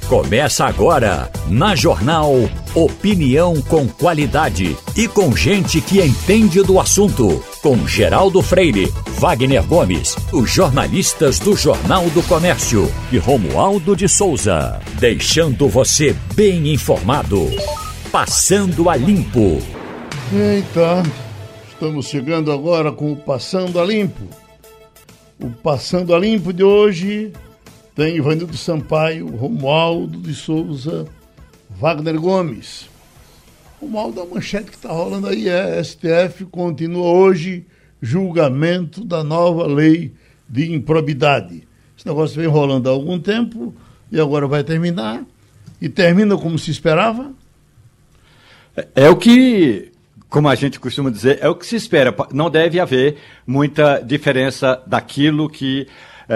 Começa agora, na Jornal Opinião com qualidade e com gente que entende do assunto. Com Geraldo Freire, Wagner Gomes, os jornalistas do Jornal do Comércio e Romualdo de Souza. Deixando você bem informado. Passando a Limpo. Eita, estamos chegando agora com o Passando a Limpo. O Passando a Limpo de hoje tem Ivanildo Sampaio, Romualdo de Souza, Wagner Gomes. Romualdo, a manchete que está rolando aí STF continua hoje julgamento da nova lei de improbidade. Esse negócio vem rolando há algum tempo e agora vai terminar. E termina como se esperava? É o que, como a gente costuma dizer, é o que se espera. Não deve haver muita diferença daquilo que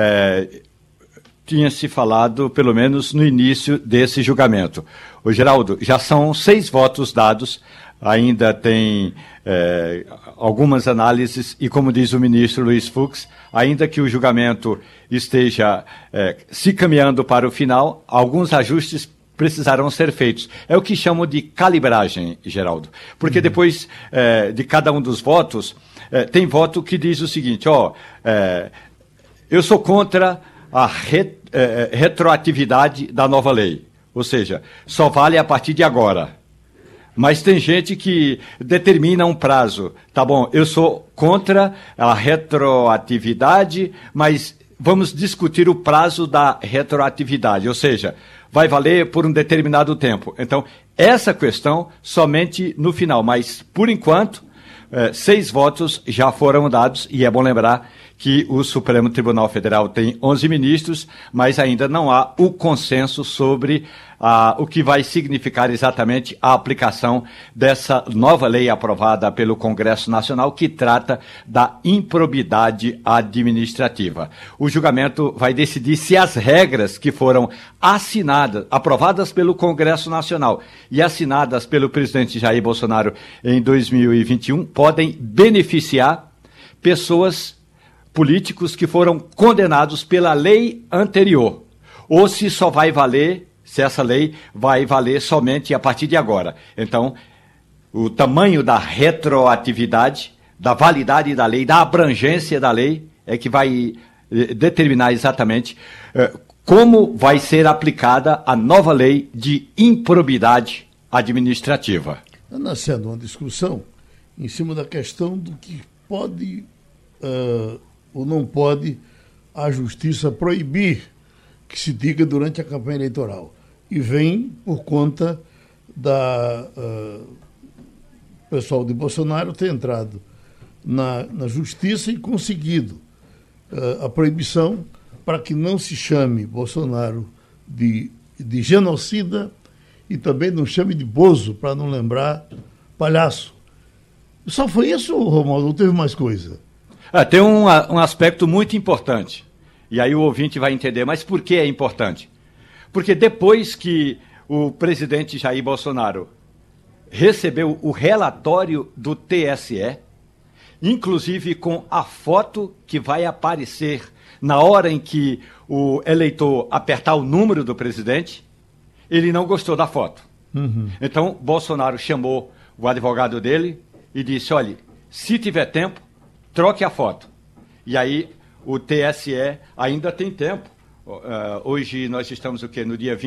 tinha se falado, pelo menos no início desse julgamento. Ô, Geraldo, já são 6 votos dados, ainda tem algumas análises e, como diz o ministro Luiz Fux, ainda que o julgamento esteja se caminhando para o final, alguns ajustes precisarão ser feitos. É o que chamam de calibragem, Geraldo. Porque depois de cada um dos votos, tem voto que diz o seguinte, eu sou contra a retroatividade da nova lei. Ou seja, só vale a partir de agora. Mas tem gente que determina um prazo. Tá bom, eu sou contra a retroatividade, mas vamos discutir o prazo da retroatividade. Ou seja, vai valer por um determinado tempo. Então, essa questão somente no final. Mas, por enquanto, 6 votos já foram dados, e é bom lembrar que o Supremo Tribunal Federal tem 11 ministros, mas ainda não há o consenso sobre o que vai significar exatamente a aplicação dessa nova lei aprovada pelo Congresso Nacional, que trata da improbidade administrativa. O julgamento vai decidir se as regras que foram aprovadas pelo Congresso Nacional e assinadas pelo presidente Jair Bolsonaro em 2021, podem beneficiar políticos que foram condenados pela lei anterior, ou se só vai valer, se essa lei vai valer somente a partir de agora. Então, o tamanho da retroatividade, da validade da lei, da abrangência da lei, é que vai determinar exatamente como vai ser aplicada a nova lei de improbidade administrativa. Está nascendo uma discussão em cima da questão do que pode ou não pode a justiça proibir que se diga durante a campanha eleitoral. E vem por conta da pessoal de Bolsonaro ter entrado na justiça e conseguido a proibição para que não se chame Bolsonaro de genocida e também não chame de bozo, para não lembrar palhaço. Só foi isso, Romualdo? Não teve mais coisa? Tem um aspecto muito importante, e aí o ouvinte vai entender, mas por que é importante? Porque depois que o presidente Jair Bolsonaro recebeu o relatório do TSE, inclusive com a foto que vai aparecer na hora em que o eleitor apertar o número do presidente, ele não gostou da foto. Uhum. Então, Bolsonaro chamou o advogado dele e disse, olha, se tiver tempo, troque a foto. E aí o TSE ainda tem tempo. Hoje nós estamos o quê? No dia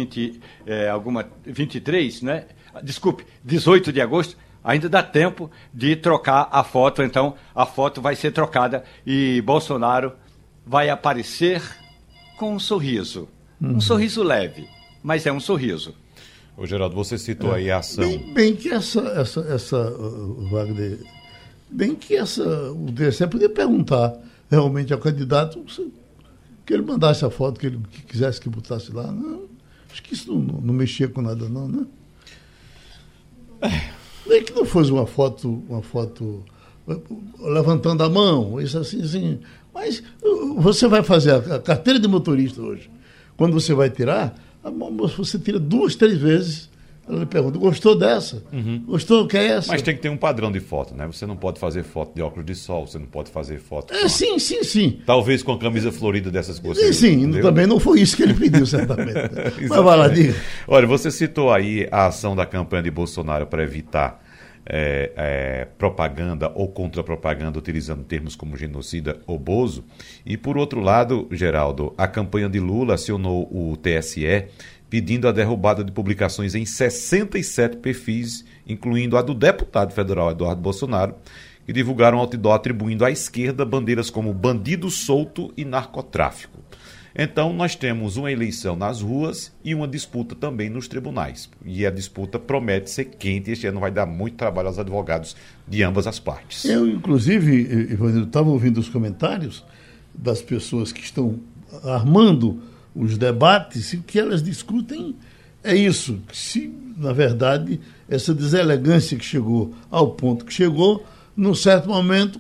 23, né? Desculpe, 18 de agosto. Ainda dá tempo de trocar a foto. Então a foto vai ser trocada e Bolsonaro vai aparecer com um sorriso. Uhum. Um sorriso leve, mas é um sorriso. Ô Geraldo, você citou aí a ação. Bem que Wagner, o TSE podia perguntar realmente ao candidato que ele mandasse a foto, que quisesse que botasse lá. Não, acho que isso não mexia com nada, não, né? Nem que não fosse uma foto levantando a mão, isso assim. Mas você vai fazer a carteira de motorista hoje. Quando você vai tirar, você tira 2, 3 vezes Ela lhe pergunta, gostou dessa? Gostou, quer essa? Mas tem que ter um padrão de foto, né? Você não pode fazer foto de óculos de sol, você não pode fazer foto... Sim. Talvez com a camisa florida dessas coisas. Sim, também não foi isso que ele pediu, certamente. Mas vai lá, diga. Olha, você citou aí a ação da campanha de Bolsonaro para evitar propaganda ou contra-propaganda utilizando termos como genocida ou bozo. E, por outro lado, Geraldo, a campanha de Lula acionou o TSE pedindo a derrubada de publicações em 67 perfis, incluindo a do deputado federal Eduardo Bolsonaro, que divulgaram outdoor atribuindo à esquerda bandeiras como bandido solto e narcotráfico. Então, nós temos uma eleição nas ruas e uma disputa também nos tribunais. E a disputa promete ser quente e este ano vai dar muito trabalho aos advogados de ambas as partes. Eu, inclusive, estava ouvindo os comentários das pessoas que estão armando os debates, e o que elas discutem é isso. Se, na verdade, essa deselegância que chegou ao ponto que chegou, num certo momento,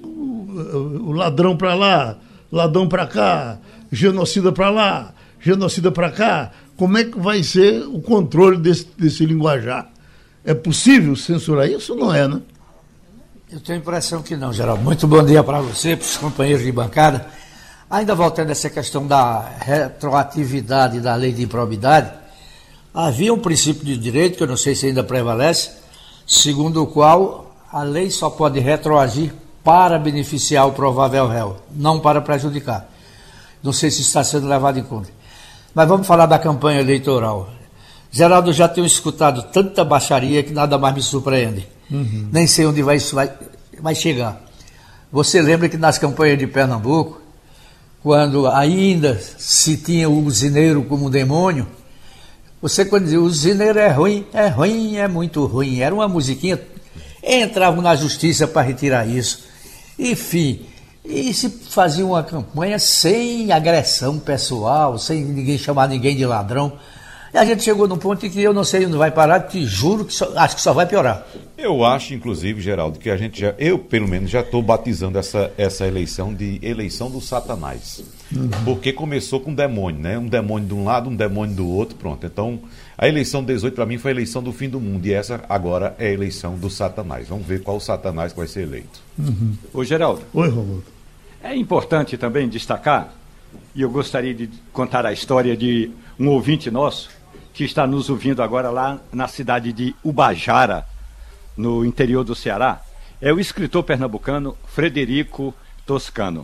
o ladrão para lá, ladrão para cá, genocida para lá, genocida para cá, como é que vai ser o controle desse linguajar? É possível censurar isso ou não é, né? Eu tenho a impressão que não, Geraldo. Muito bom dia para você, para os companheiros de bancada. Ainda voltando a essa questão da retroatividade da lei de improbidade, havia um princípio de direito, que eu não sei se ainda prevalece, segundo o qual a lei só pode retroagir para beneficiar o provável réu, não para prejudicar. Não sei se está sendo levado em conta. Mas vamos falar da campanha eleitoral. Geraldo, já tenho escutado tanta baixaria que nada mais me surpreende. Nem sei onde isso vai chegar. Você lembra que nas campanhas de Pernambuco, quando ainda se tinha o usineiro como demônio, você quando dizia, o usineiro é ruim, é muito ruim. Era uma musiquinha, entravam na justiça para retirar isso. Enfim, e se fazia uma campanha sem agressão pessoal, sem ninguém chamar ninguém de ladrão. E a gente chegou num ponto em que eu não sei onde vai parar, te juro que acho que só vai piorar. Eu acho, inclusive, Geraldo, que a gente eu pelo menos já estou batizando essa eleição de eleição do Satanás. Porque começou com um demônio, né? Um demônio de um lado, um demônio do outro, pronto. Então, a eleição 18 para mim foi a eleição do fim do mundo e essa agora é a eleição do Satanás. Vamos ver qual o Satanás que vai ser eleito. Ô, Geraldo. Oi, Romulo. É importante também destacar, e eu gostaria de contar a história de um ouvinte nosso, que está nos ouvindo agora lá na cidade de Ubajara, no interior do Ceará, é o escritor pernambucano Frederico Toscano.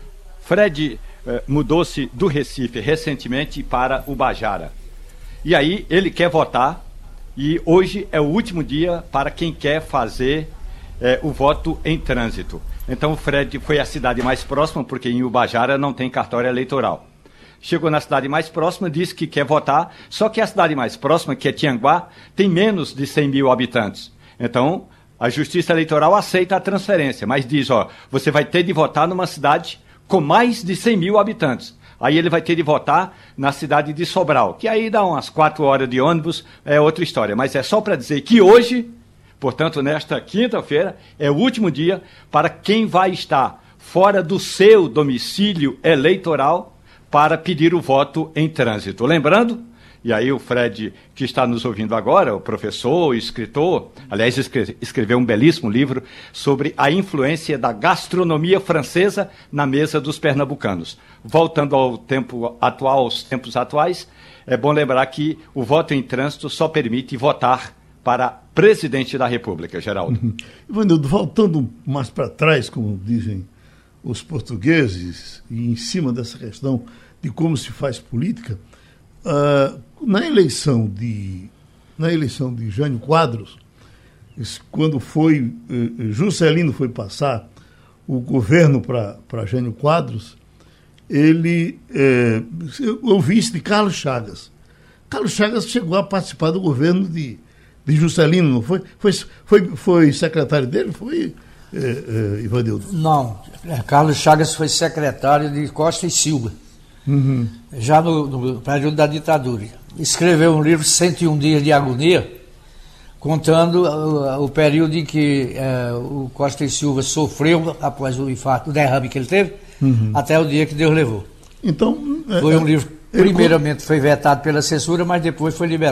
Fred mudou-se do Recife recentemente para Ubajara. E aí ele quer votar e hoje é o último dia para quem quer fazer o voto em trânsito. Então o Fred foi à cidade mais próxima, porque em Ubajara não tem cartório eleitoral. Chegou na cidade mais próxima, disse que quer votar, só que a cidade mais próxima, que é Tianguá, tem menos de 100 mil habitantes. Então, a Justiça Eleitoral aceita a transferência, mas diz, você vai ter de votar numa cidade com mais de 100 mil habitantes. Aí ele vai ter de votar na cidade de Sobral, que aí dá umas 4 horas de ônibus, é outra história. Mas é só para dizer que hoje, portanto, nesta quinta-feira, é o último dia para quem vai estar fora do seu domicílio eleitoral para pedir o voto em trânsito. Lembrando, e aí o Fred, que está nos ouvindo agora, o professor, o escritor, aliás, escreveu um belíssimo livro sobre a influência da gastronomia francesa na mesa dos pernambucanos. Voltando ao tempo atual, aos tempos atuais, é bom lembrar que o voto em trânsito só permite votar para presidente da República, Geraldo. Ivanildo, voltando mais para trás, como dizem os portugueses, e em cima dessa questão de como se faz política, na eleição de Jânio Quadros, quando Juscelino foi passar o governo para Jânio Quadros, ele ouvi isso de Carlos Chagas. Carlos Chagas chegou a participar do governo de Juscelino, não foi? Foi secretário dele? Foi, Ivanildo? Não, Carlos Chagas foi secretário de Costa e Silva, já no período da ditadura. Escreveu um livro, 101 Dias de Agonia, contando o período em que o Costa e Silva sofreu após o infarto, o derrame que ele teve, até o dia que Deus levou. Então, foi um livro, primeiramente foi vetado pela censura, mas depois foi liberado.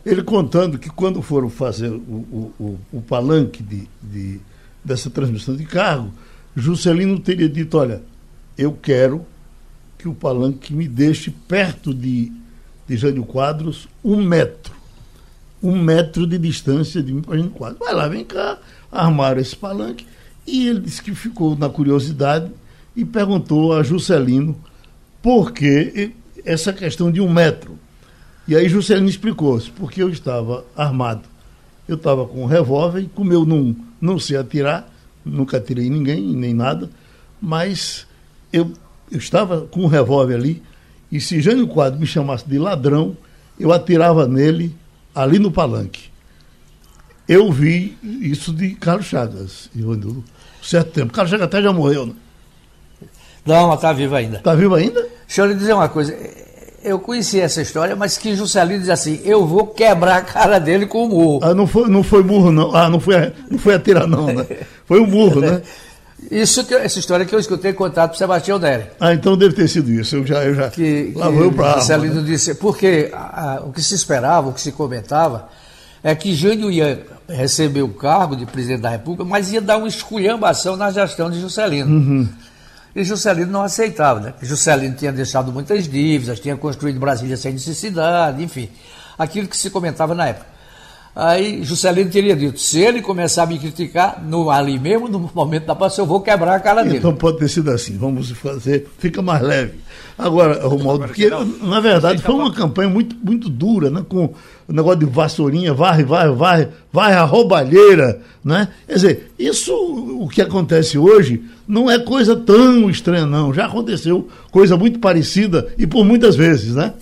Ele contando que quando foram fazer o palanque dessa transmissão de cargo, Juscelino teria dito, olha, eu quero que o palanque me deixe perto de Jânio Quadros 1 metro. 1 metro de distância de mim para Jânio Quadros. Vai lá, vem cá, armaram esse palanque. E ele disse que ficou na curiosidade e perguntou a Juscelino por que essa questão de 1 metro. E aí Juscelino explicou-se, porque eu estava armado. Eu estava com um revólver, e como eu não sei atirar, nunca atirei ninguém, nem nada, mas eu estava com um revólver ali, e se Jânio Quadros me chamasse de ladrão, eu atirava nele ali no palanque. Eu vi isso de Carlos Chagas, certo tempo. Carlos Chagas até já morreu, né? Não, mas está vivo ainda. Está vivo ainda? Deixa eu lhe dizer uma coisa. Eu conheci essa história, mas que Juscelino diz assim, eu vou quebrar a cara dele com o murro. Ah, não foi murro, não. Ah, não foi atirar, não, né? Foi um murro, né? Essa história que eu escutei contar para o Sebastião Neri. Ah, então deve ter sido isso. Eu já lá vou eu para a Juscelino disse, porque o que se esperava, o que se comentava, é que Jânio ia receber o cargo de presidente da República, mas ia dar uma esculhambação na gestão de Juscelino. Uhum. E Juscelino não aceitava, né? Juscelino tinha deixado muitas dívidas, tinha construído Brasília sem necessidade, enfim. Aquilo que se comentava na época. Aí Juscelino teria dito, se ele começar a me criticar, ali mesmo, no momento da posse, eu vou quebrar a cara dele. Então pode ter sido assim, vamos fazer, fica mais leve. Agora, Romualdo, porque na verdade foi uma campanha muito, muito dura, né? Com o negócio de vassourinha, varre a roubalheira, né? Quer dizer, isso, o que acontece hoje, não é coisa tão estranha, não. Já aconteceu coisa muito parecida e por muitas vezes, né?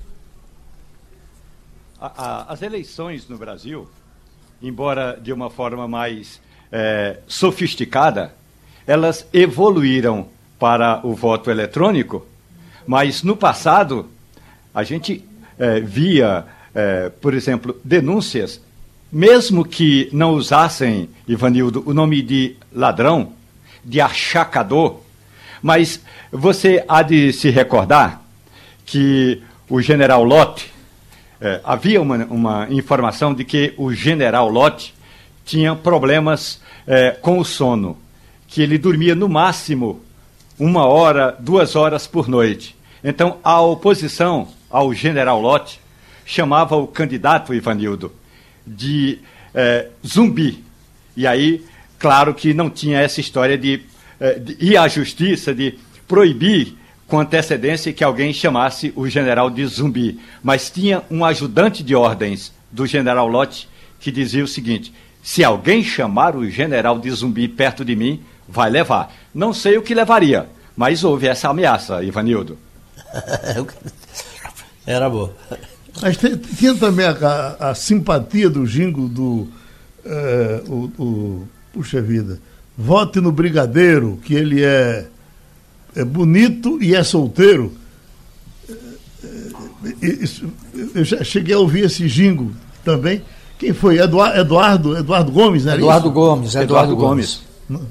As eleições no Brasil, embora de uma forma mais sofisticada, elas evoluíram para o voto eletrônico, mas no passado a gente via, por exemplo, denúncias, mesmo que não usassem, Ivanildo, o nome de ladrão, de achacador, mas você há de se recordar que o general Lott, havia uma informação de que o general Lott tinha problemas com o sono, que ele dormia no máximo 1 hora, 2 horas por noite. Então, a oposição ao general Lott chamava o candidato, Ivanildo, de zumbi. E aí, claro que não tinha essa história de ir à justiça, de proibir com antecedência que alguém chamasse o general de zumbi. Mas tinha um ajudante de ordens do general Lott que dizia o seguinte, se alguém chamar o general de zumbi perto de mim, vai levar. Não sei o que levaria, mas houve essa ameaça, Ivanildo. Era bom. Mas tinha também a simpatia do jingo puxa vida, vote no Brigadeiro, que ele é bonito e é solteiro. Eu já cheguei a ouvir esse jingo também. Quem foi? Eduardo Gomes, não era Eduardo isso? Gomes. Eduardo Gomes.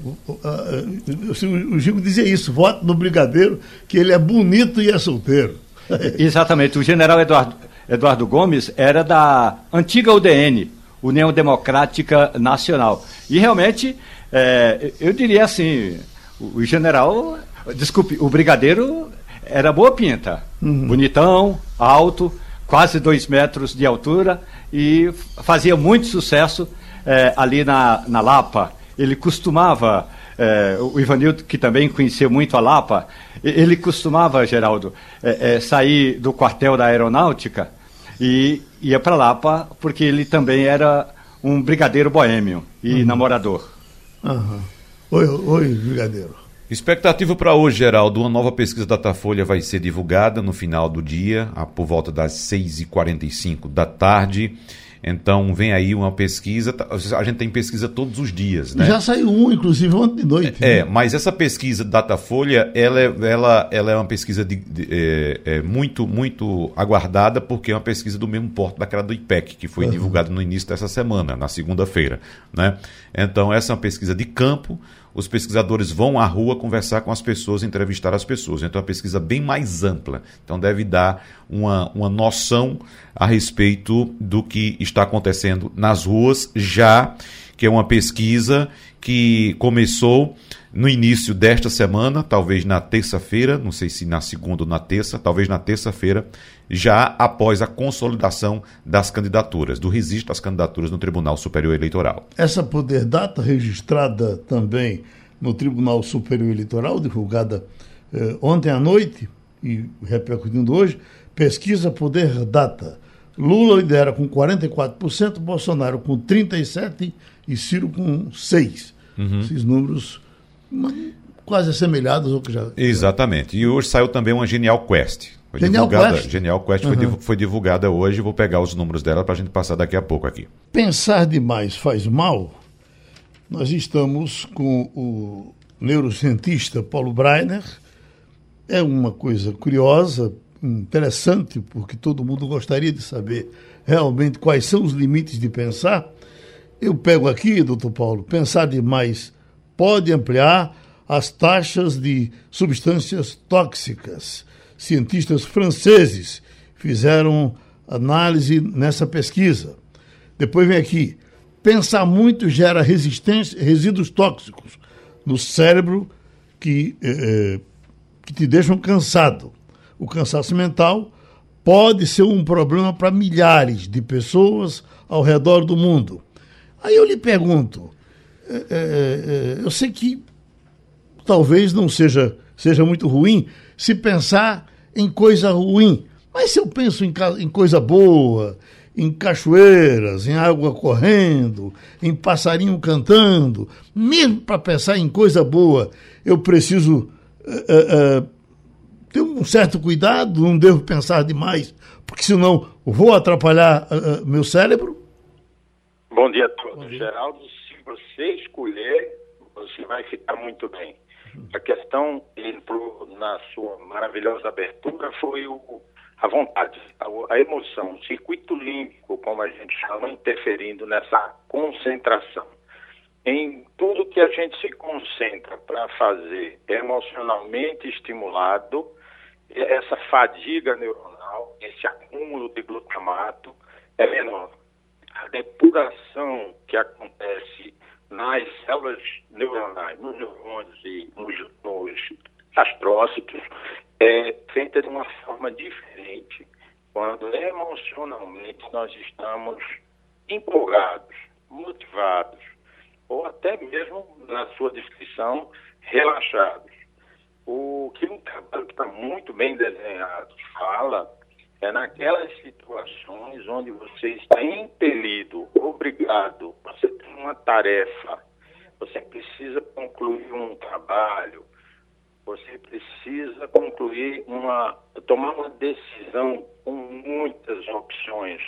O jingo dizia isso, vote no Brigadeiro, que ele é bonito e é solteiro. Exatamente. O general Eduardo Gomes era da antiga UDN, União Democrática Nacional. E realmente, eu diria assim, o general... Desculpe, o Brigadeiro era boa pinta, bonitão, alto, quase 2 metros de altura e fazia muito sucesso ali na Lapa. Ele costumava, o Ivanildo, que também conhecia muito a Lapa, ele costumava, Geraldo, sair do quartel da Aeronáutica e ia para Lapa, porque ele também era um brigadeiro boêmio e namorador. Oi, Brigadeiro. Expectativa para hoje, Geraldo, uma nova pesquisa da Datafolha vai ser divulgada no final do dia, por volta das 6h45 da tarde. Então vem aí uma pesquisa, a gente tem pesquisa todos os dias, né? Já saiu inclusive, ontem de noite. Mas essa pesquisa Datafolha, ela é uma pesquisa muito, muito aguardada, porque é uma pesquisa do mesmo porte daquela do IPEC, que foi divulgada no início dessa semana, na segunda-feira, né? Então essa é uma pesquisa de campo, os pesquisadores vão à rua conversar com as pessoas, entrevistar as pessoas. Então, é uma pesquisa bem mais ampla. Então, deve dar uma noção a respeito do que está acontecendo nas ruas, já que é uma pesquisa que começou no início desta semana, talvez na terça-feira, não sei se na segunda ou na terça, talvez na terça-feira, já após a consolidação das candidaturas, do registro das candidaturas no Tribunal Superior Eleitoral. Essa poder data registrada também no Tribunal Superior Eleitoral, divulgada ontem à noite e repercutindo hoje, pesquisa poder data. Lula lidera com 44%, Bolsonaro com 37% e Ciro com 6%. Esses números quase assemelhados ao que já... Exatamente. E hoje saiu também uma Genial Quest. Genial Quest foi divulgada hoje. Vou pegar os números dela para a gente passar daqui a pouco aqui. Pensar demais faz mal. Nós estamos com o neurocientista Paulo Breiner. É uma coisa curiosa, interessante, porque todo mundo gostaria de saber realmente quais são os limites de pensar. Eu pego aqui, doutor Paulo, pensar demais pode ampliar as taxas de substâncias tóxicas. Cientistas franceses fizeram análise nessa pesquisa. Depois vem aqui, pensar muito gera resíduos tóxicos no cérebro que te deixam cansado. O cansaço mental pode ser um problema para milhares de pessoas ao redor do mundo. Aí eu lhe pergunto, eu sei que talvez não seja muito ruim se pensar em coisa ruim, mas se eu penso em coisa boa, em cachoeiras, em água correndo, em passarinho cantando, mesmo para pensar em coisa boa, eu preciso ter um certo cuidado, não devo pensar demais, porque senão vou atrapalhar meu cérebro? Bom dia a todos. Geraldo, se você escolher, você vai ficar muito bem. A questão, na sua maravilhosa abertura, foi a vontade, a emoção, o circuito límbico, como a gente chama, interferindo nessa concentração. Em tudo que a gente se concentra para fazer emocionalmente estimulado, essa fadiga neuronal, esse acúmulo de glutamato é menor. A depuração que acontece nas células neuronais, nos neurônios e nos astrócitos, é feita de uma forma diferente quando emocionalmente nós estamos empolgados, motivados, ou até mesmo, na sua descrição, relaxados. O que um trabalho que está muito bem desenhado fala é naquelas situações onde você está impelido, obrigado, você tem uma tarefa, você precisa concluir um trabalho, você precisa tomar uma decisão com muitas opções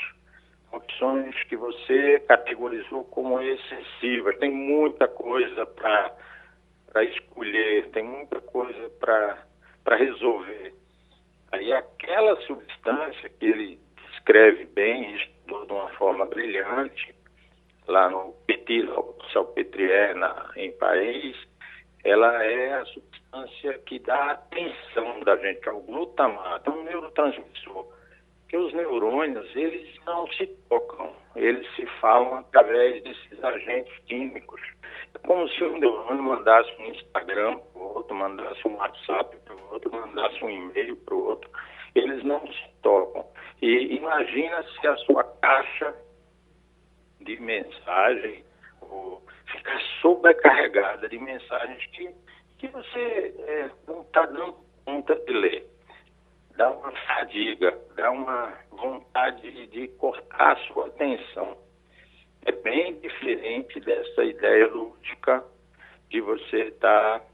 que você categorizou como excessivas, tem muita coisa para escolher, tem muita coisa para resolver. Aí aquela substância que ele descreve bem, estudou de uma forma brilhante, lá no Petit-Salpêtrière, em Paris, ela é a substância que dá a atenção da gente, que é o glutamato, é um neurotransmissor. Porque os neurônios, eles não se tocam, eles se falam através desses agentes químicos. É como se um neurônio mandasse um Instagram para o outro, mandasse um WhatsApp para o outro, mandasse um e-mail para o outro. Eles não se tocam. E imagina se a sua caixa de mensagem ficar sobrecarregada de mensagens que você não está dando conta de ler. Dá uma fadiga, dá uma vontade de cortar a sua atenção. É bem diferente dessa ideia lúdica de você estar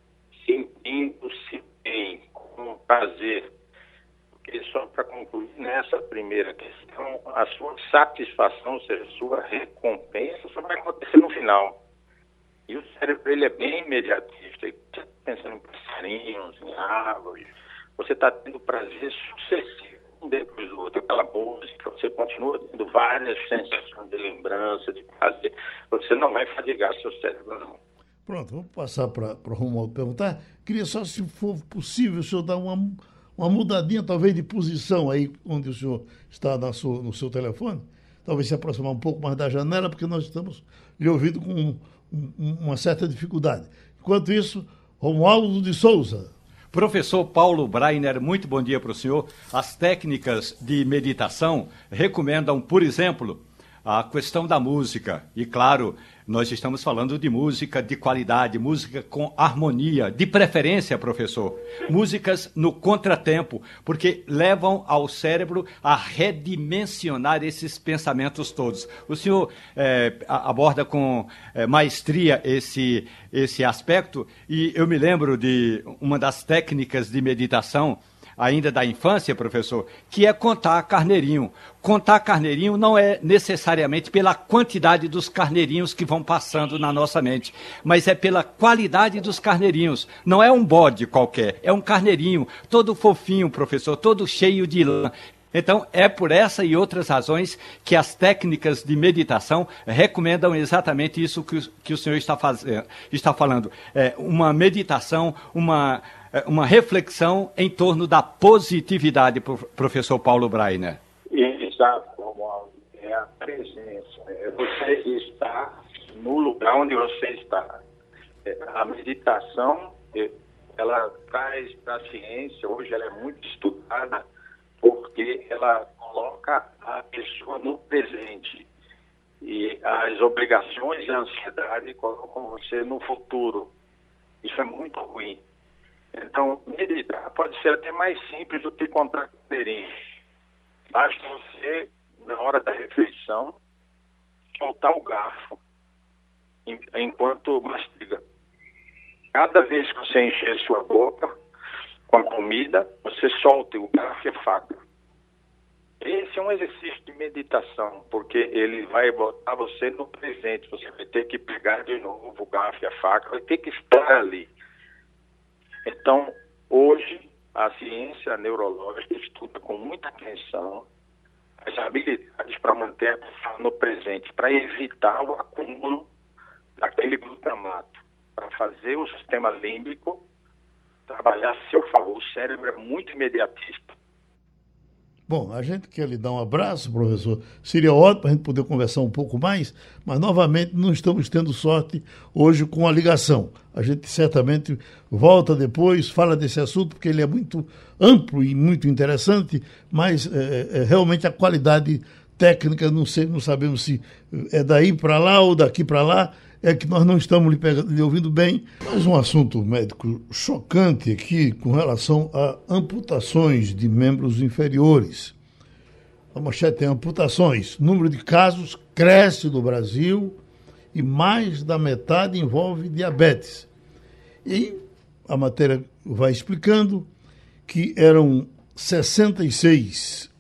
sentindo-se bem, com prazer. Porque só para concluir nessa primeira questão, a sua satisfação, ou seja, a sua recompensa, só vai acontecer no final. E o cérebro, ele é bem imediatista. Ele está pensando em passarinhos, em árvores. Você está tendo prazer sucessivo, um depois do outro. Aquela música, você continua tendo várias sensações de lembrança, de prazer. Você não vai fadigar seu cérebro, não. Pronto, vou passar para o Romualdo perguntar. Queria só, se for possível, o senhor dar uma mudadinha, talvez, de posição aí onde o senhor está no seu telefone. Talvez se aproximar um pouco mais da janela, porque nós estamos lhe ouvindo com uma certa dificuldade. Enquanto isso, Romualdo de Souza. Professor Paulo Breiner, muito bom dia para o senhor. As técnicas de meditação recomendam, por exemplo, a questão da música. E, claro, nós estamos falando de música de qualidade, música com harmonia, de preferência, professor, músicas no contratempo, porque levam ao cérebro a redimensionar esses pensamentos todos. O senhor aborda com maestria esse aspecto, e eu me lembro de uma das técnicas de meditação ainda da infância, professor, que é contar carneirinho. Contar carneirinho não é necessariamente pela quantidade dos carneirinhos que vão passando na nossa mente, mas é pela qualidade dos carneirinhos. Não é um bode qualquer, é um carneirinho, todo fofinho, professor, todo cheio de lã. Então, é por essa e outras razões que as técnicas de meditação recomendam exatamente isso que o senhor está falando. Uma meditação, uma reflexão em torno da positividade, professor Paulo Breiner. Exato, Romualdo. É a presença. Você está no lugar onde você está. A meditação, ela traz para a ciência, hoje ela é muito estudada, porque ela coloca a pessoa no presente. E as obrigações e a ansiedade colocam você no futuro. Isso é muito ruim. Então, meditar pode ser até mais simples do que contar carneirinho. Basta você, na hora da refeição, soltar o garfo enquanto mastiga. Cada vez que você encher sua boca com a comida, você solta o garfo e a faca. Esse é um exercício de meditação, porque ele vai botar você no presente. Você vai ter que pegar de novo o garfo e a faca, vai ter que estar ali. Então, hoje, a ciência neurológica estuda com muita atenção as habilidades para manter a pessoa no presente, para evitar o acúmulo daquele glutamato, para fazer o sistema límbico trabalhar a seu favor. O cérebro é muito imediatista. Bom, a gente quer lhe dar um abraço, professor. Seria ótimo para a gente poder conversar um pouco mais, mas novamente não estamos tendo sorte hoje com a ligação. A gente certamente volta depois, fala desse assunto, porque ele é muito amplo e muito interessante, mas realmente a qualidade técnica, não sabemos se é daí para lá ou daqui para lá, é que nós não estamos lhe ouvindo bem. Mas um assunto médico chocante aqui com relação a amputações de membros inferiores. A manchete tem amputações. O número de casos cresce no Brasil e mais da metade envolve diabetes. E a matéria vai explicando que eram 66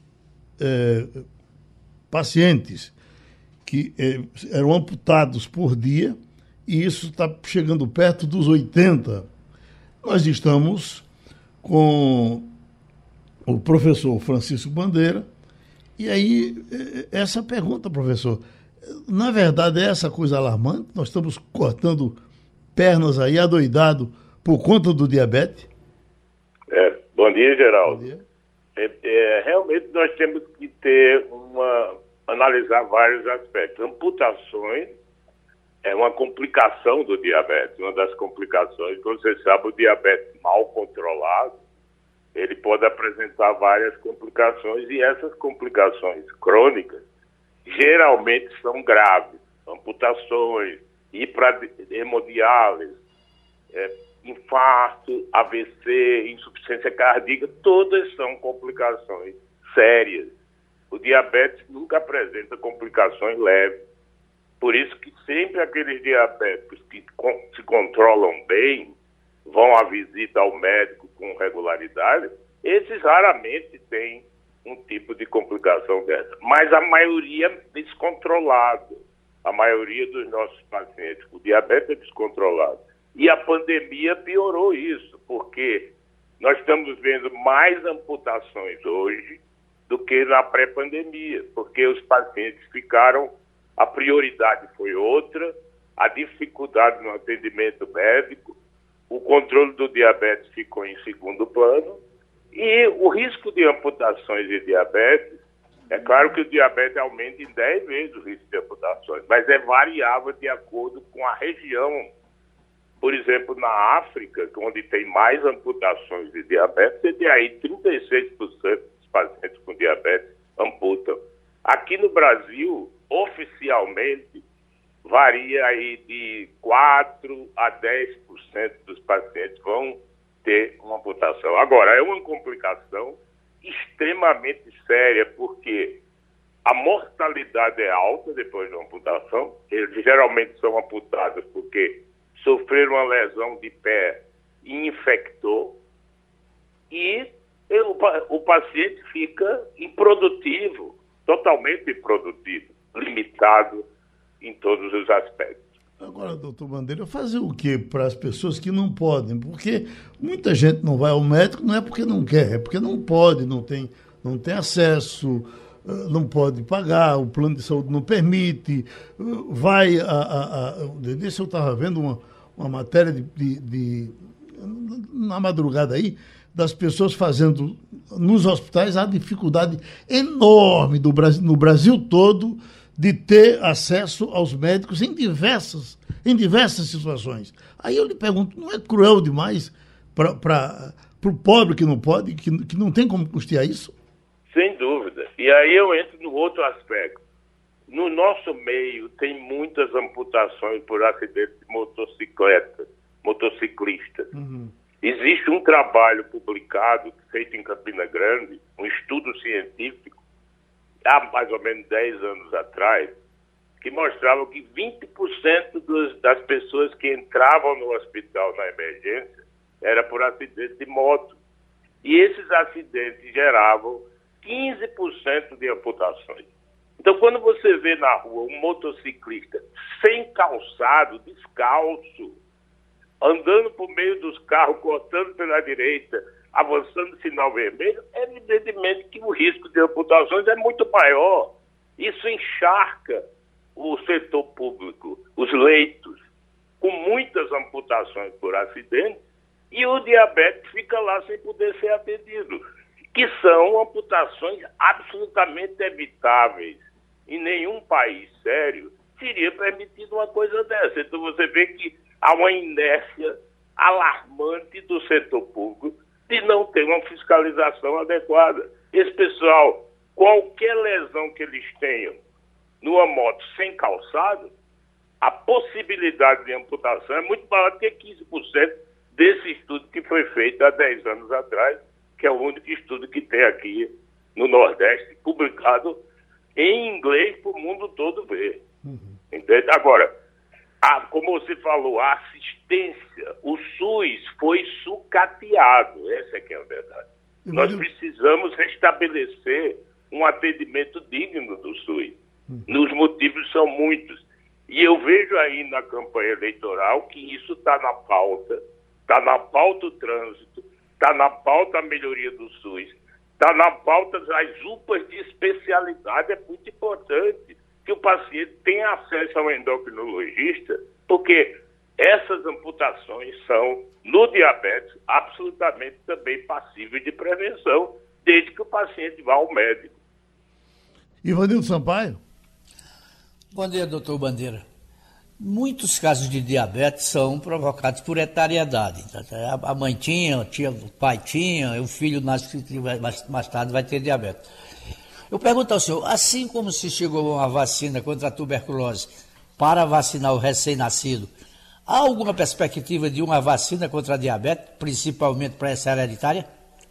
pacientes que eram amputados por dia, e isso está chegando perto dos 80. Nós estamos com o professor Francisco Bandeira, e aí essa pergunta, professor, na verdade é essa coisa alarmante? Nós estamos cortando pernas aí, adoidado, por conta do diabetes? Bom dia, Geraldo. Bom dia. Realmente nós temos que analisar vários aspectos. Amputações é uma complicação do diabetes. Uma das complicações, como você sabe, o diabetes mal controlado, ele pode apresentar várias complicações, e essas complicações crônicas geralmente são graves. Amputações, hemodiálise, infarto, AVC, insuficiência cardíaca, todas são complicações sérias. O diabetes nunca apresenta complicações leves. Por isso que sempre aqueles diabéticos que se controlam bem, vão à visita ao médico com regularidade, esses raramente têm um tipo de complicação dessa. Mas a maioria é descontrolado. A maioria dos nossos pacientes com diabetes é descontrolado. E a pandemia piorou isso, porque nós estamos vendo mais amputações hoje do que na pré-pandemia, porque os pacientes a prioridade foi outra, a dificuldade no atendimento médico, o controle do diabetes ficou em segundo plano e o risco de amputações de diabetes, é claro que o diabetes aumenta em 10 vezes o risco de amputações, mas é variável de acordo com a região. Por exemplo, na África, onde tem mais amputações de diabetes, você tem aí 36% dos pacientes com diabetes amputam. Aqui no Brasil, oficialmente, varia aí de 4 a 10% dos pacientes vão ter uma amputação. Agora, é uma complicação extremamente séria, porque a mortalidade é alta depois da amputação. Eles geralmente são amputados porque sofreram uma lesão de pé e infectou, e o paciente fica improdutivo, totalmente improdutivo, limitado em todos os aspectos. Agora, doutor Bandeira, fazer o que para as pessoas que não podem? Porque muita gente não vai ao médico, não é porque não quer, é porque não pode, não tem acesso, não pode pagar, o plano de saúde não permite, vai desse eu estava vendo uma matéria na madrugada aí, das pessoas fazendo nos hospitais a dificuldade enorme no Brasil todo de ter acesso aos médicos em diversas situações. Aí eu lhe pergunto, não é cruel demais para o pobre que não pode, que não tem como custear isso? Sem dúvida. E aí eu entro no outro aspecto. No nosso meio tem muitas amputações por acidente de motociclistas. Uhum. Existe um trabalho publicado, feito em Campina Grande, um estudo científico, há mais ou menos 10 anos atrás, que mostrava que 20% das pessoas que entravam no hospital na emergência era por acidente de moto. E esses acidentes geravam 15% de amputações. Então, quando você vê na rua um motociclista sem calçado, descalço, andando por meio dos carros, cortando pela direita, avançando no sinal vermelho, é evidentemente que o risco de amputações é muito maior. Isso encharca o setor público, os leitos, com muitas amputações por acidente, e o diabetes fica lá sem poder ser atendido, que são amputações absolutamente evitáveis. Em nenhum país sério seria permitido uma coisa dessa. Então você vê que há uma inércia alarmante do setor público de não ter uma fiscalização adequada. Esse pessoal, qualquer lesão que eles tenham numa moto sem calçado, a possibilidade de amputação é muito maior do que 15% desse estudo que foi feito há 10 anos atrás, que é o único estudo que tem aqui no Nordeste, publicado em inglês para o mundo todo ver. Entende? Agora, como você falou, a assistência, o SUS foi sucateado, essa é que é a verdade. Nós precisamos restabelecer um atendimento digno do SUS. Os motivos são muitos. E eu vejo aí na campanha eleitoral que isso está na pauta o trânsito, está na pauta a melhoria do SUS, está na pauta as UPAs de especialidade. É muito importante que o paciente tenha acesso ao endocrinologista, porque essas amputações são, no diabetes, absolutamente também passíveis de prevenção, desde que o paciente vá ao médico. Ivanildo Sampaio. Bom dia, doutor Bandeira. Muitos casos de diabetes são provocados por etariedade. A mãe tinha, o pai tinha, o filho nasce mais tarde vai ter diabetes. Eu pergunto ao senhor, assim como se chegou uma vacina contra a tuberculose para vacinar o recém-nascido, há alguma perspectiva de uma vacina contra a diabetes, principalmente para essa hereditária?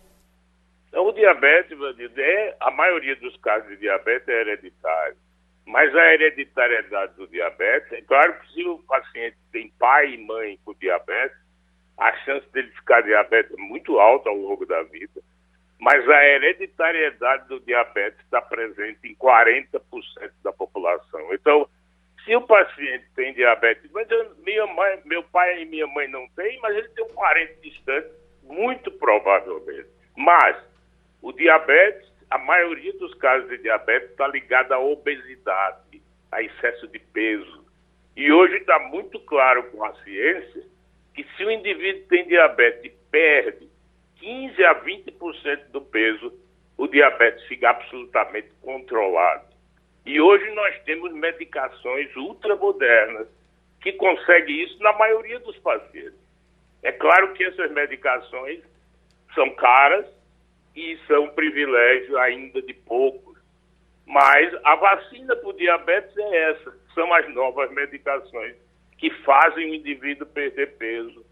O diabetes, a maioria dos casos de diabetes é hereditário. Mas a hereditariedade do diabetes, é claro que se o paciente tem pai e mãe com diabetes, a chance dele ficar diabético é muito alta ao longo da vida. Mas a hereditariedade do diabetes está presente em 40% da população. Então, se o paciente tem diabetes, mas meu pai e minha mãe não têm, mas ele tem um parente distante, muito provavelmente. Mas o diabetes, a maioria dos casos de diabetes está ligada à obesidade, a excesso de peso. E hoje está muito claro com a ciência que se o indivíduo tem diabetes e perde 15 a 20% do peso, o diabetes fica absolutamente controlado. E hoje nós temos medicações ultramodernas que conseguem isso na maioria dos pacientes. É claro que essas medicações são caras e são um privilégio ainda de poucos. Mas a vacina para o diabetes é essa. São as novas medicações que fazem o indivíduo perder peso.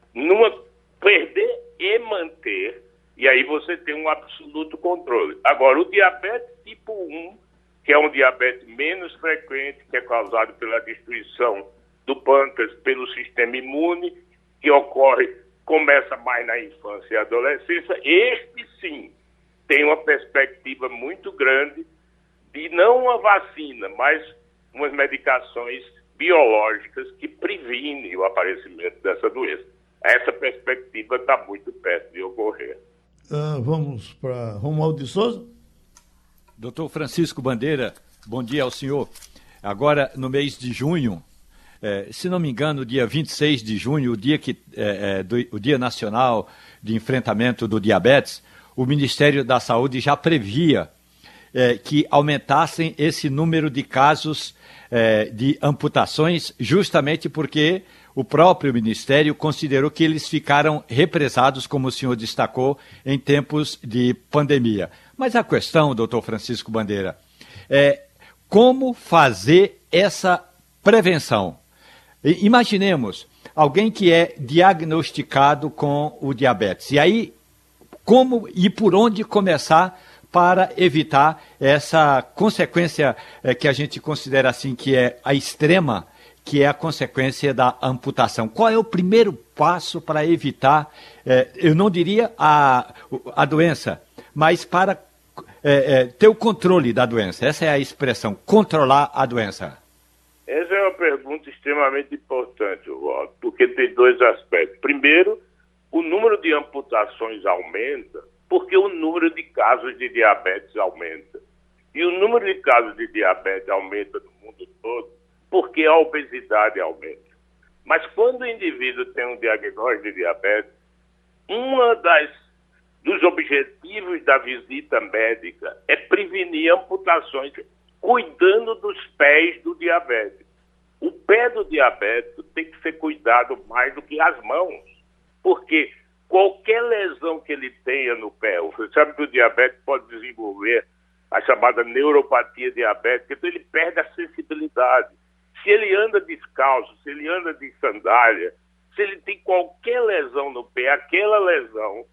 Perder e manter, e aí você tem um absoluto controle. Agora, o diabetes tipo 1, que é um diabetes menos frequente, que é causado pela destruição do pâncreas pelo sistema imune, que começa mais na infância e adolescência, este sim tem uma perspectiva muito grande de não uma vacina, mas umas medicações biológicas que previnem o aparecimento dessa doença. Essa perspectiva está muito perto de ocorrer. Vamos para Romualdo de Souza. Doutor Francisco Bandeira, bom dia ao senhor. Agora, no mês de junho, se não me engano, dia 26 de junho, o Dia Nacional de Enfrentamento do Diabetes, o Ministério da Saúde já previa que aumentassem esse número de casos de amputações, justamente porque o próprio Ministério considerou que eles ficaram represados, como o senhor destacou, em tempos de pandemia. Mas a questão, doutor Francisco Bandeira, é como fazer essa prevenção. Imaginemos alguém que é diagnosticado com o diabetes. E aí, como e por onde começar para evitar essa consequência que a gente considera assim que é a extrema, que é a consequência da amputação. Qual é o primeiro passo para evitar, eu não diria a doença, mas para ter o controle da doença? Essa é a expressão, controlar a doença. Essa é uma pergunta extremamente importante, Waldo, porque tem dois aspectos. Primeiro, o número de amputações aumenta porque o número de casos de diabetes aumenta. E o número de casos de diabetes aumenta no mundo todo porque a obesidade aumenta. Mas quando o indivíduo tem um diagnóstico de diabetes, dos objetivos da visita médica é prevenir amputações, cuidando dos pés do diabético. O pé do diabético tem que ser cuidado mais do que as mãos, porque qualquer lesão que ele tenha no pé, você sabe que o diabético pode desenvolver a chamada neuropatia diabética, então ele perde a sensibilidade. Se ele anda descalço, se ele anda de sandália, se ele tem qualquer lesão no pé, aquela lesão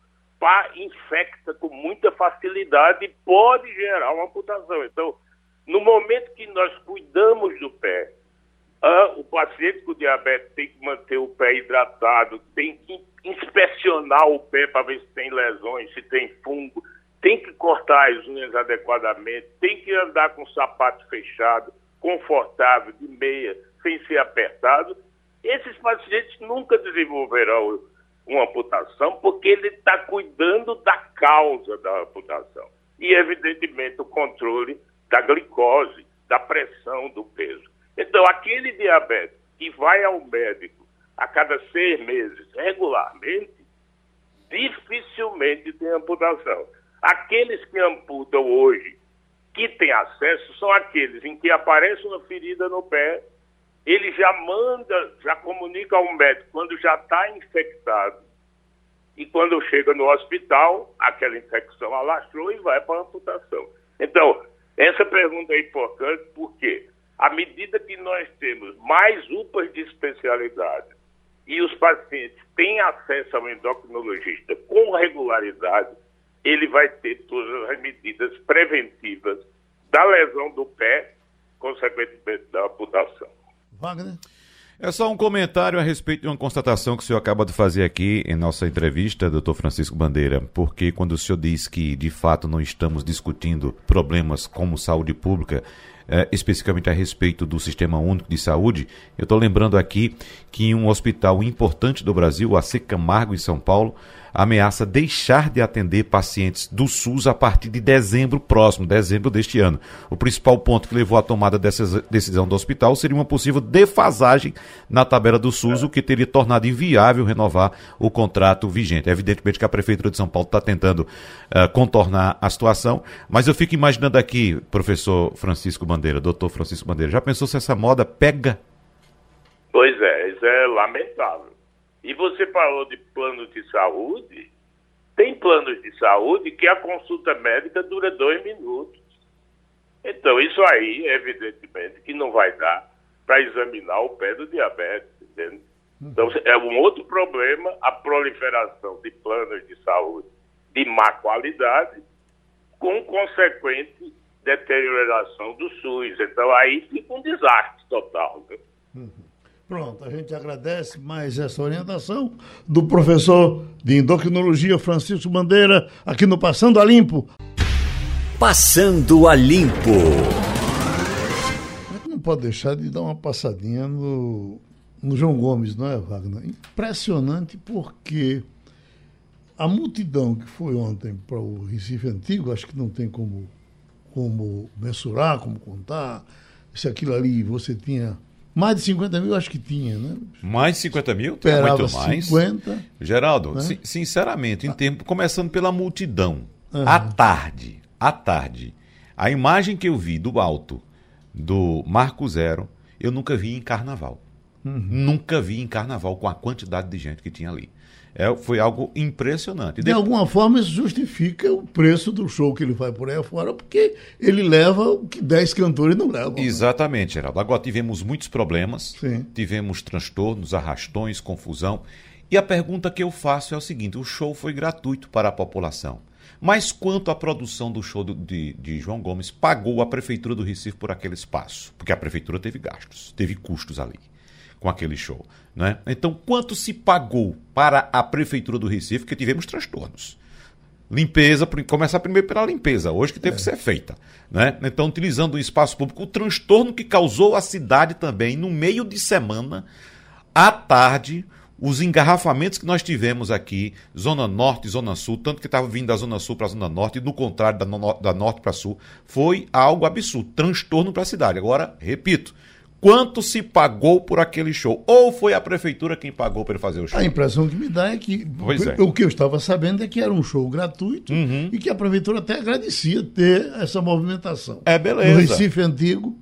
infecta com muita facilidade e pode gerar uma amputação. Então, no momento que nós cuidamos do pé, o paciente com diabetes tem que manter o pé hidratado, tem que inspecionar o pé para ver se tem lesões, se tem fungo, tem que cortar as unhas adequadamente, tem que andar com o sapato fechado, confortável, de meia, sem ser apertado. Esses pacientes nunca desenvolverão uma amputação porque ele está cuidando da causa da amputação. E, evidentemente, o controle da glicose, da pressão do peso. Então, aquele diabetes que vai ao médico a cada 6 meses regularmente, dificilmente tem amputação. Aqueles que amputam hoje, que têm acesso, são aqueles em que aparece uma ferida no pé, ele já comunica ao médico quando já está infectado. E quando chega no hospital, aquela infecção alastrou e vai para a amputação. Então, essa pergunta é importante porque, à medida que nós temos mais UPAs de especialidade e os pacientes têm acesso ao endocrinologista com regularidade, ele vai ter todas as medidas preventivas da lesão do pé, consequentemente da amputação. Wagner? É só um comentário a respeito de uma constatação que o senhor acaba de fazer aqui em nossa entrevista, doutor Francisco Bandeira, porque quando o senhor diz que, de fato, não estamos discutindo problemas como saúde pública, especificamente a respeito do Sistema Único de Saúde, eu estou lembrando aqui que em um hospital importante do Brasil, o AC Camargo, em São Paulo, ameaça deixar de atender pacientes do SUS a partir de dezembro próximo, dezembro deste ano. O principal ponto que levou à tomada dessa decisão do hospital seria uma possível defasagem na tabela do SUS, o que teria tornado inviável renovar o contrato vigente. Evidentemente que a Prefeitura de São Paulo está tentando contornar a situação, mas eu fico imaginando aqui, professor Francisco Bandeira, doutor Francisco Bandeira, já pensou se essa moda pega? Pois é, isso é lamentável. E você falou de planos de saúde. Tem planos de saúde que a consulta médica dura 2 minutos. Então, isso aí, evidentemente, que não vai dar para examinar o pé do diabetes, entende? Então, é um outro problema, a proliferação de planos de saúde de má qualidade, com consequente deterioração do SUS. Então, aí fica um desastre total, né? Pronto, a gente agradece mais essa orientação do professor de endocrinologia Francisco Bandeira, aqui no Passando a Limpo. Passando a Limpo. A gente não pode deixar de dar uma passadinha no João Gomes, não é, Wagner? Impressionante, porque a multidão que foi ontem para o Recife Antigo, acho que não tem como mensurar, como contar. Se aquilo ali você tinha... Mais de 50 mil, acho que tinha, né? Mais de 50 mil? Esperava muito mais. 50. Geraldo, né? Sinceramente, começando pela multidão, à tarde, a imagem que eu vi do alto do Marco Zero, eu nunca vi em carnaval. Nunca vi em carnaval com a quantidade de gente que tinha ali. Foi algo impressionante. De alguma forma, isso justifica o preço do show que ele faz por aí afora, porque ele leva o que 10 cantores não levam. Exatamente, Geraldo. Agora tivemos muitos problemas, Sim. Tivemos transtornos, arrastões, confusão. E a pergunta que eu faço é o seguinte: o show foi gratuito para a população. Mas quanto à produção do show de João Gomes pagou a Prefeitura do Recife por aquele espaço? Porque a Prefeitura teve gastos, teve custos ali com aquele show, né? Então, quanto se pagou para a Prefeitura do Recife, que tivemos transtornos? Limpeza, começar primeiro pela limpeza, hoje que teve que ser feita, né? Então, utilizando o espaço público, o transtorno que causou a cidade também, no meio de semana, à tarde, os engarrafamentos que nós tivemos aqui, Zona Norte e Zona Sul, tanto que estava vindo da Zona Sul para a Zona Norte, e no contrário, da Norte para Sul, foi algo absurdo, transtorno para a cidade. Agora, repito, quanto se pagou por aquele show? Ou foi a Prefeitura quem pagou para ele fazer o show? A impressão que me dá é que o que eu estava sabendo é que era um show gratuito e que a Prefeitura até agradecia ter essa movimentação. Beleza. No Recife Antigo,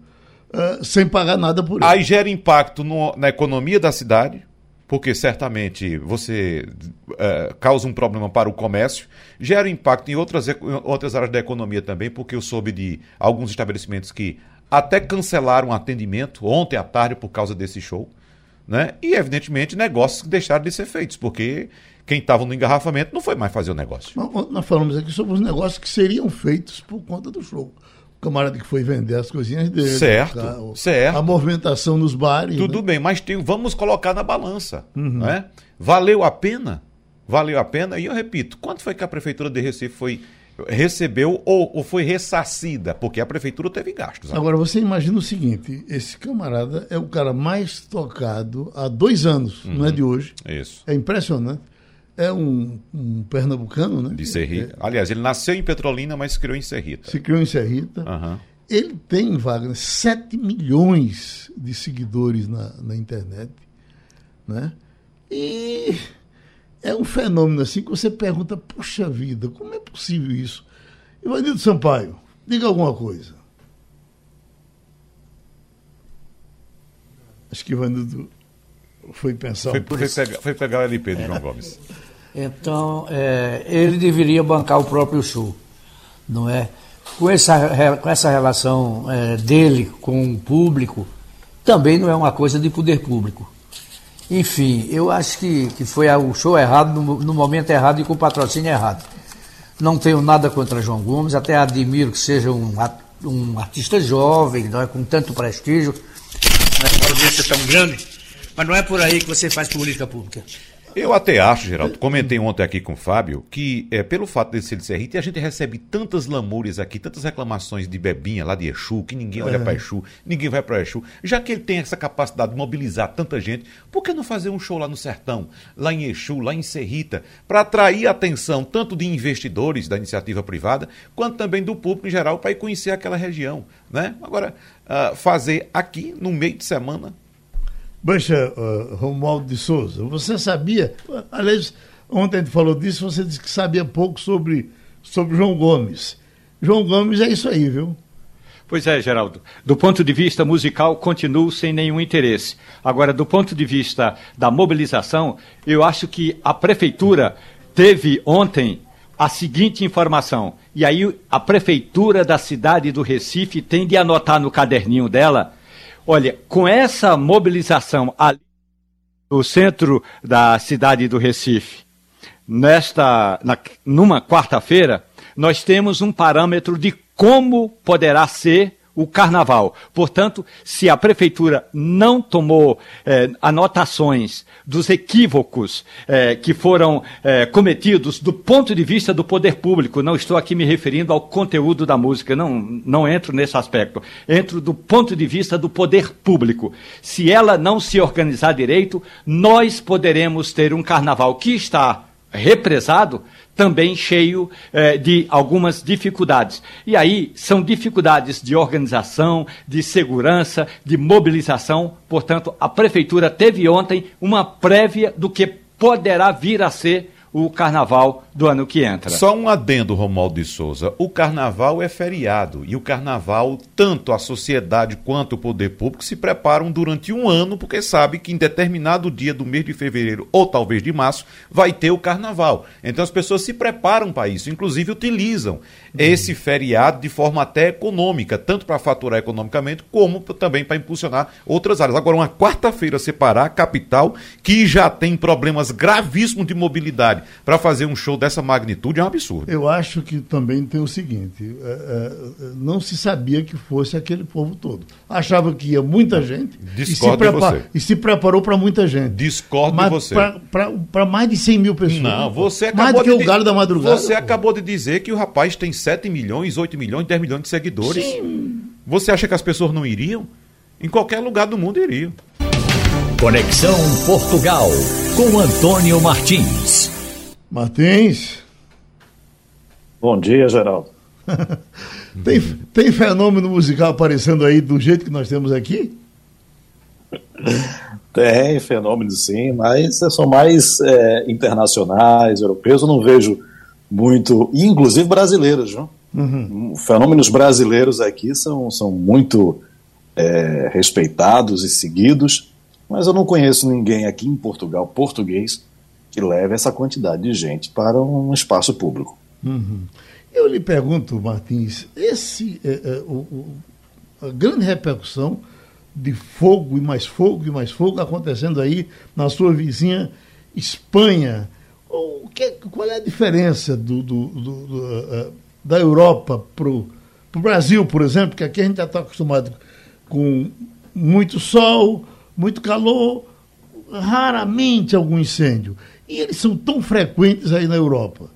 sem pagar nada por ele. Aí gera impacto na economia da cidade, porque certamente você causa um problema para o comércio, gera impacto em outras áreas da economia também, porque eu soube de alguns estabelecimentos que até cancelaram o atendimento ontem à tarde por causa desse show, né? E, evidentemente, negócios que deixaram de ser feitos, porque quem estava no engarrafamento não foi mais fazer o negócio. Nós falamos aqui sobre os negócios que seriam feitos por conta do show. O camarada que foi vender as coisinhas dele. Certo. A movimentação nos bares. Tudo bem, mas vamos colocar na balança. Né? Valeu a pena? Valeu a pena? E eu repito, quanto foi que a Prefeitura de Recife recebeu ou foi ressarcida? Porque a Prefeitura teve gastos. Agora, você imagina o seguinte: esse camarada é o cara mais tocado há 2 anos, não é de hoje. Isso. É impressionante. É um pernambucano, né? De Serrita. Aliás, ele nasceu em Petrolina, mas se criou em Serrita. Se criou em Serrita. Ele tem, Wagner, 7 milhões de seguidores na internet, né? E é um fenômeno assim que você pergunta, puxa vida, como é possível isso? Ivanildo Sampaio, diga alguma coisa. Acho que Ivanildo foi pensar foi pegar o LP de João Gomes. Então, ele deveria bancar o próprio show, não é? Com essa relação dele com o público, também não é uma coisa de poder público. Enfim, eu acho que foi o show errado, no momento errado e com o patrocínio errado. Não tenho nada contra João Gomes, até admiro que seja um artista jovem, não é, com tanto prestígio, uma audiência tão grande, mas não é por aí que você faz política pública. Eu até acho, Geraldo, comentei ontem aqui com o Fábio, que pelo fato de ser de Serrita, a gente recebe tantas lamúrias aqui, tantas reclamações de Bebinha lá de Exu, que ninguém olha para Exu, ninguém vai para Exu. Já que ele tem essa capacidade de mobilizar tanta gente, por que não fazer um show lá no Sertão, lá em Exu, lá em Serrita, para atrair a atenção tanto de investidores da iniciativa privada, quanto também do público em geral, para ir conhecer aquela região, né? Agora, fazer aqui no meio de semana. Baixa, Romualdo de Souza, você sabia, aliás, ontem a gente falou disso, você disse que sabia pouco sobre João Gomes. João Gomes é isso aí, viu? Pois é, Geraldo. Do ponto de vista musical, continuo sem nenhum interesse. Agora, do ponto de vista da mobilização, eu acho que a prefeitura teve ontem a seguinte informação, e aí a prefeitura da cidade do Recife tem de anotar no caderninho dela. Olha, com essa mobilização ali no centro da cidade do Recife, numa quarta-feira, nós temos um parâmetro de como poderá ser o carnaval. Portanto, se a prefeitura não tomou anotações dos equívocos que foram cometidos do ponto de vista do poder público, não estou aqui me referindo ao conteúdo da música, não entro nesse aspecto, entro do ponto de vista do poder público. Se ela não se organizar direito, nós poderemos ter um carnaval que está represado, também cheio de algumas dificuldades. E aí são dificuldades de organização, de segurança, de mobilização. Portanto, a prefeitura teve ontem uma prévia do que poderá vir a ser o carnaval do ano que entra. Só um adendo, Romualdo de Souza. O carnaval é feriado e o carnaval, tanto a sociedade quanto o poder público se preparam durante um ano, porque sabe que em determinado dia do mês de fevereiro ou talvez de março vai ter o carnaval. Então as pessoas se preparam para isso, inclusive utilizam esse feriado de forma até econômica, tanto para faturar economicamente como também para impulsionar outras áreas. Agora, uma quarta-feira separar a capital, que já tem problemas gravíssimos de mobilidade, para fazer um show dessa magnitude é um absurdo. Eu acho que também tem o seguinte, não se sabia que fosse aquele povo todo. Achava que ia muita gente e se preparou para muita gente. Discordo de você. Para mais de 100 mil pessoas. Não, você acabou mais do que o Galo da Madrugada. Você acabou de dizer que o rapaz tem 7 milhões, 8 milhões, 10 milhões de seguidores. Sim. Você acha que as pessoas não iriam? Em qualquer lugar do mundo iriam. Conexão Portugal, com Antônio Martins. Martins. Bom dia, Geraldo. Tem fenômeno musical aparecendo aí do jeito que nós temos aqui? Tem fenômenos, sim, mas são mais internacionais, europeus. Eu não vejo muito, inclusive brasileiros, viu? Uhum. Fenômenos brasileiros aqui são muito respeitados e seguidos, mas eu não conheço ninguém aqui em Portugal, português, que leve essa quantidade de gente para um espaço público. Uhum. Eu lhe pergunto, Martins, a grande repercussão de fogo e mais fogo e mais fogo acontecendo aí na sua vizinha Espanha, qual é a diferença da Europa para o Brasil, por exemplo, que aqui a gente já está acostumado com muito sol, muito calor, raramente algum incêndio. E eles são tão frequentes aí na Europa.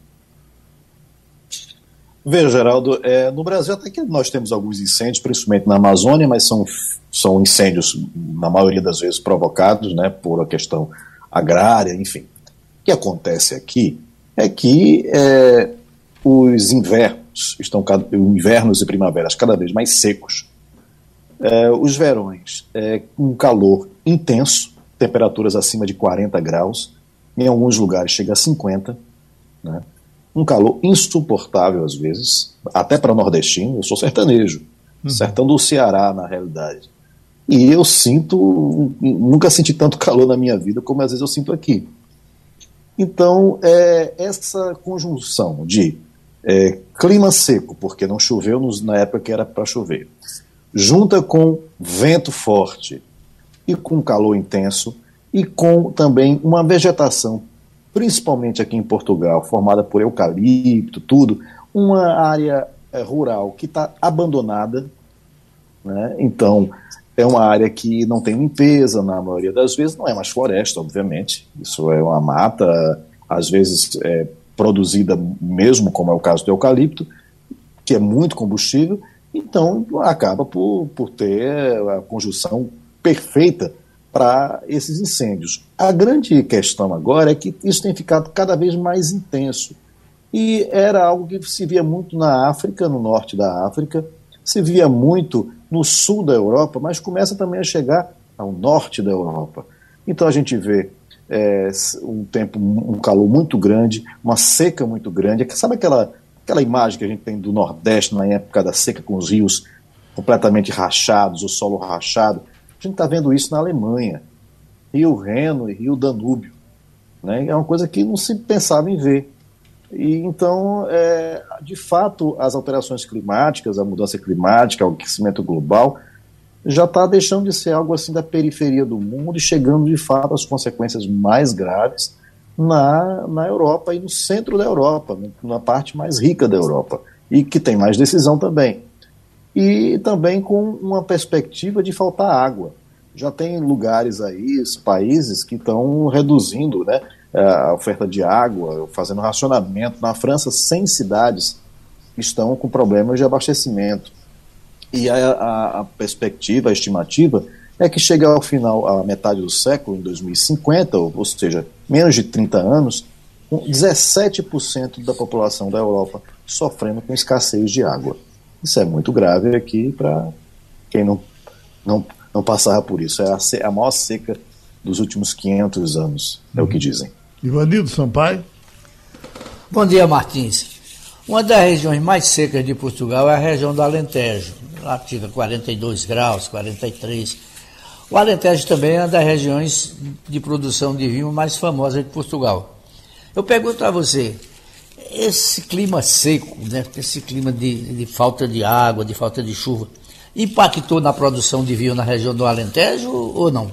Veja, Geraldo, no Brasil até que nós temos alguns incêndios, principalmente na Amazônia, mas são incêndios, na maioria das vezes, provocados, né, por a questão agrária, enfim. O que acontece aqui é que os invernos invernos e primaveras cada vez mais secos, os verões com calor intenso, temperaturas acima de 40 graus, em alguns lugares chega a 50, né? Um calor insuportável às vezes, até para nordestino. Eu sou sertanejo, sertão do Ceará na realidade, e eu nunca senti tanto calor na minha vida como às vezes eu sinto aqui. Então, essa conjunção de clima seco, porque não choveu na época que era para chover, junta com vento forte e com calor intenso, e com também uma vegetação, principalmente aqui em Portugal, formada por eucalipto, tudo, uma área rural que está abandonada, né? Então, É uma área que não tem limpeza, na maioria das vezes, não é mais floresta, obviamente. Isso é uma mata, às vezes produzida mesmo, como é o caso do eucalipto, que é muito combustível, então acaba por ter a conjunção perfeita para esses incêndios. A grande questão agora é que isso tem ficado cada vez mais intenso. E era algo que se via muito na África, no norte da África, se via muito no sul da Europa, mas começa também a chegar ao norte da Europa. Então a gente vê um calor muito grande, uma seca muito grande. Sabe aquela imagem que a gente tem do Nordeste na época da seca, com os rios completamente rachados, o solo rachado? A gente está vendo isso na Alemanha, Rio Reno e Rio Danúbio, né? É uma coisa que não se pensava em ver. E então, de fato, as alterações climáticas, a mudança climática, o aquecimento global, já está deixando de ser algo assim da periferia do mundo e chegando de fato às consequências mais graves na Europa e no centro da Europa, na parte mais rica da Europa, e que tem mais decisão também. E também com uma perspectiva de faltar água. Já tem lugares aí, países que estão reduzindo, né, a oferta de água, fazendo racionamento. Na França, 100 cidades estão com problemas de abastecimento. E a perspectiva, a estimativa, é que chega ao final, à metade do século, em 2050, ou seja, menos de 30 anos, com 17% da população da Europa sofrendo com escassez de água. Isso é muito grave aqui para quem não passava por isso. É a maior seca dos últimos 500 anos, é o que dizem. Ivanildo Sampaio. Bom dia, Martins. Uma das regiões mais secas de Portugal é a região do Alentejo. Lá fica 42 graus, 43. O Alentejo também é uma das regiões de produção de vinho mais famosas de Portugal. Eu pergunto a você, esse clima seco, né, esse clima de falta de água, de falta de chuva, impactou na produção de vinho na região do Alentejo ou não?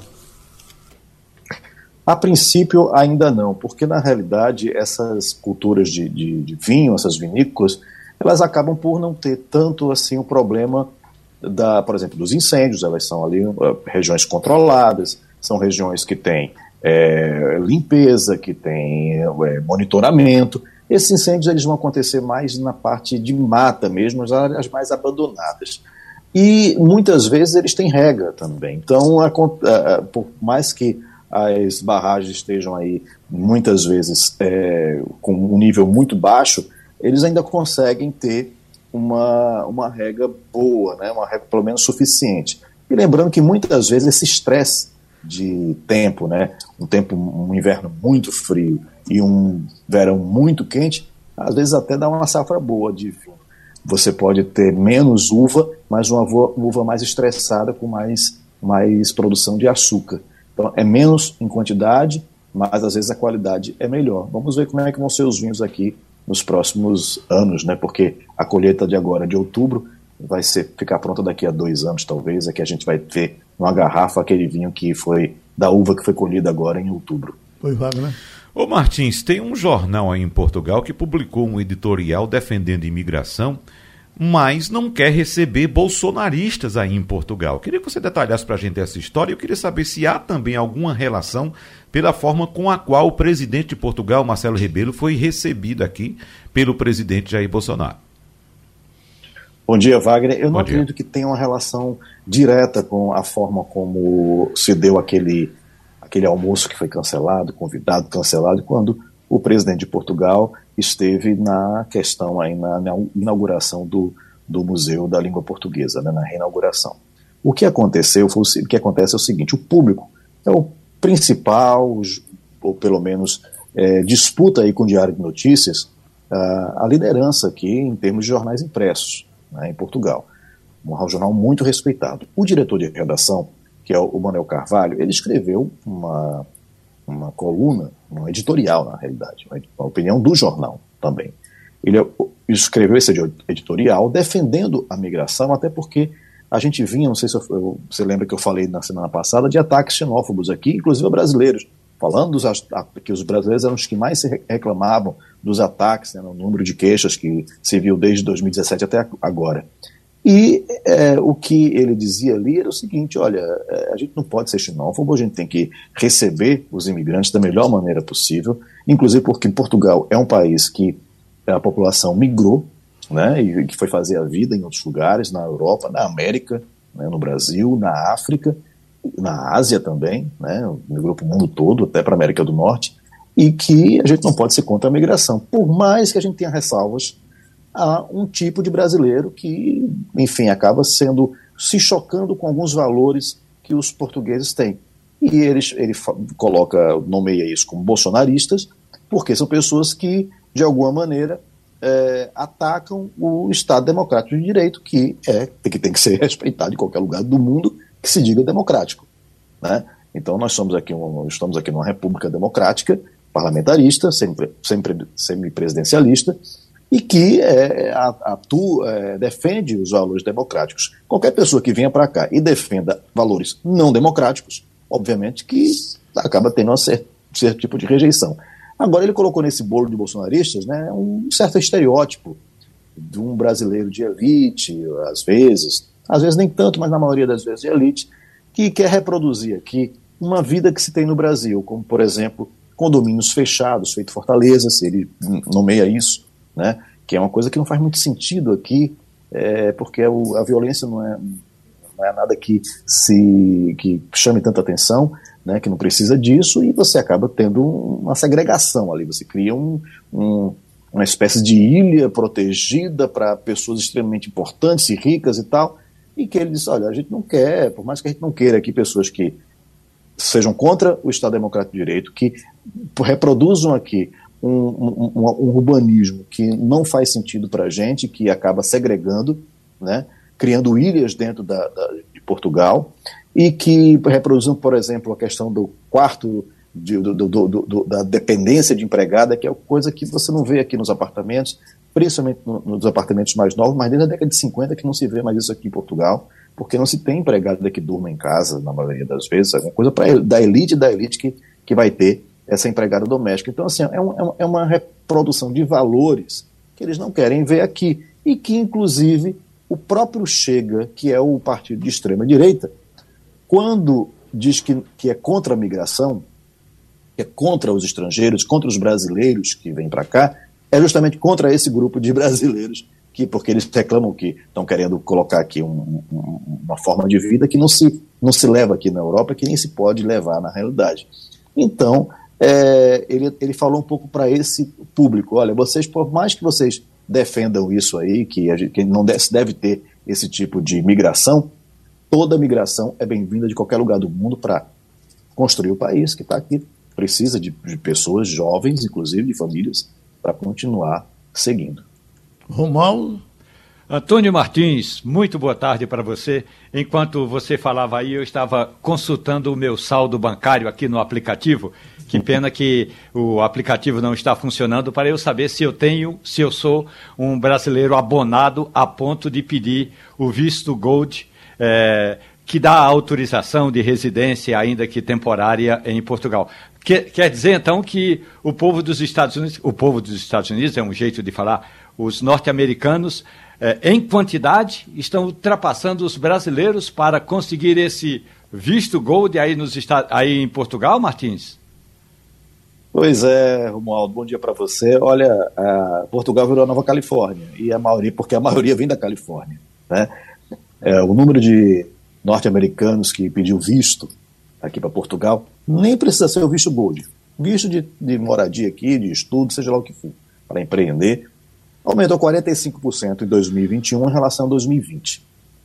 A princípio ainda não, porque na realidade essas culturas de vinho, essas vinícolas, elas acabam por não ter tanto assim o problema por exemplo, dos incêndios. Elas são ali regiões controladas, são regiões que têm limpeza, que têm monitoramento. Esses incêndios eles vão acontecer mais na parte de mata mesmo, as áreas mais abandonadas. E muitas vezes eles têm rega também. Então, por mais que as barragens estejam aí muitas vezes com um nível muito baixo, eles ainda conseguem ter uma rega boa, né? Uma rega pelo menos suficiente. E lembrando que muitas vezes esse estresse de tempo, né? Um inverno muito frio e um verão muito quente, às vezes até dá uma safra boa de vinho. Você pode ter menos uva, mas uma uva mais estressada, com mais produção de açúcar. Então é menos em quantidade, mas às vezes a qualidade é melhor. Vamos ver como é que vão ser os vinhos aqui nos próximos anos, né? Porque a colheita de agora, de outubro, vai ficar pronta daqui a 2 anos, talvez. É que a gente vai ver numa garrafa aquele vinho que foi da uva que foi colhida agora em outubro. Foi vago, né? Ô Martins, tem um jornal aí em Portugal que publicou um editorial defendendo imigração, mas não quer receber bolsonaristas aí em Portugal. Queria que você detalhasse para a gente essa história. Eu queria saber se há também alguma relação pela forma com a qual o presidente de Portugal, Marcelo Rebelo, foi recebido aqui pelo presidente Jair Bolsonaro. Bom dia, Wagner. Eu não acredito que tenha uma relação direta com a forma como se deu aquele almoço que foi cancelado, convidado, cancelado, quando o presidente de Portugal esteve na questão aí na inauguração do Museu da Língua Portuguesa, né, na reinauguração. O que acontece é o seguinte: o público é o principal, ou pelo menos disputa aí com o Diário de Notícias a liderança aqui em termos de jornais impressos, né, em Portugal. Um jornal muito respeitado. O diretor de redação, que é o Manuel Carvalho, ele escreveu uma coluna, um editorial, na realidade, uma opinião do jornal também. Ele escreveu esse editorial defendendo a migração, até porque a gente vinha, não sei se você lembra que eu falei na semana passada, de ataques xenófobos aqui, inclusive a brasileiros, falando que os brasileiros eram os que mais se reclamavam dos ataques, né, no número de queixas que se viu desde 2017 até agora. E o que ele dizia ali era o seguinte: olha, a gente não pode ser xenófobo, a gente tem que receber os imigrantes da melhor maneira possível, inclusive porque Portugal é um país que a população migrou, né, e que foi fazer a vida em outros lugares, na Europa, na América, né, no Brasil, na África, na Ásia também, né, migrou para o mundo todo, até para a América do Norte, e que a gente não pode ser contra a migração, por mais que a gente tenha ressalvas a um tipo de brasileiro que, enfim, acaba se chocando com alguns valores que os portugueses têm. E ele nomeia isso como bolsonaristas, porque são pessoas que, de alguma maneira, atacam o Estado Democrático de Direito, que tem que ser respeitado em qualquer lugar do mundo que se diga democrático, né? Então nós estamos aqui numa república democrática, parlamentarista, semipresidencialista, e que defende os valores democráticos. Qualquer pessoa que venha para cá e defenda valores não democráticos, obviamente que acaba tendo um certo tipo de rejeição. Agora, ele colocou nesse bolo de bolsonaristas, né, um certo estereótipo de um brasileiro de elite, às vezes nem tanto, mas na maioria das vezes de elite, que quer reproduzir aqui uma vida que se tem no Brasil, como, por exemplo, condomínios fechados, feito Fortaleza, ele nomeia isso, né, que é uma coisa que não faz muito sentido aqui, porque a violência não é nada que chame tanta atenção, né, que não precisa disso, e você acaba tendo uma segregação ali, você cria uma espécie de ilha protegida para pessoas extremamente importantes e ricas e tal, e que ele diz: olha, a gente não quer, por mais que a gente não queira aqui pessoas que sejam contra o Estado Democrático de Direito, que reproduzam aqui um urbanismo que não faz sentido para a gente, que acaba segregando, né, criando ilhas dentro de Portugal, e que reproduzam, por exemplo, a questão do quarto, da dependência de empregada, que é coisa que você não vê aqui nos apartamentos, principalmente nos apartamentos mais novos, mas desde a década de 50 que não se vê mais isso aqui em Portugal, porque não se tem empregada que durma em casa, na maioria das vezes, é uma coisa da elite que vai ter essa empregada doméstica. Então, assim, é uma reprodução de valores que eles não querem ver aqui, e que, inclusive, o próprio Chega, que é o partido de extrema-direita, quando diz que é contra a migração, que é contra os estrangeiros, contra os brasileiros que vêm para cá, é justamente contra esse grupo de brasileiros, porque eles reclamam que estão querendo colocar aqui uma forma de vida que não se leva aqui na Europa, que nem se pode levar na realidade. Então, ele falou um pouco para esse público: olha, vocês, por mais que vocês defendam isso aí, que não deve ter esse tipo de migração, toda migração é bem-vinda de qualquer lugar do mundo para construir o país que está aqui. Precisa de pessoas jovens, inclusive de famílias, para continuar seguindo. Romualdo? Antônio Martins, muito boa tarde para você. Enquanto você falava aí, eu estava consultando o meu saldo bancário aqui no aplicativo. Que pena que o aplicativo não está funcionando para eu saber se eu sou um brasileiro abonado a ponto de pedir o visto Gold, que dá autorização de residência, ainda que temporária, em Portugal. Quer dizer, então, que o povo dos Estados Unidos é um jeito de falar, os norte-americanos, em quantidade, estão ultrapassando os brasileiros para conseguir esse visto Gold aí em Portugal, Martins? Pois é, Romualdo, bom dia para você. Olha, Portugal virou a Nova Califórnia, porque a maioria vem da Califórnia, né? O número de norte-americanos que pediu visto aqui para Portugal nem precisa ser o visto Gold. Visto de moradia aqui, de estudo, seja lá o que for, para empreender, aumentou 45% em 2021 em relação a 2020.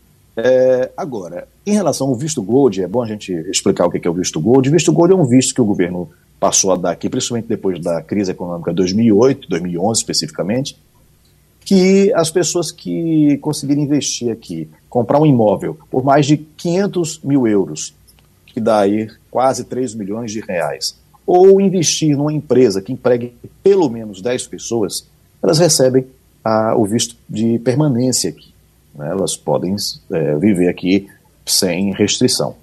Agora, em relação ao visto Gold, é bom a gente explicar o que é o visto Gold. O visto Gold é um visto que o governo passou a dar aqui, principalmente depois da crise econômica de 2008, 2011 especificamente, que as pessoas que conseguirem investir aqui, comprar um imóvel por mais de 500 mil euros, que dá aí quase 3 milhões de reais, ou investir numa empresa que empregue pelo menos 10 pessoas, elas recebem o visto de permanência aqui, né? Elas podem viver aqui sem restrição.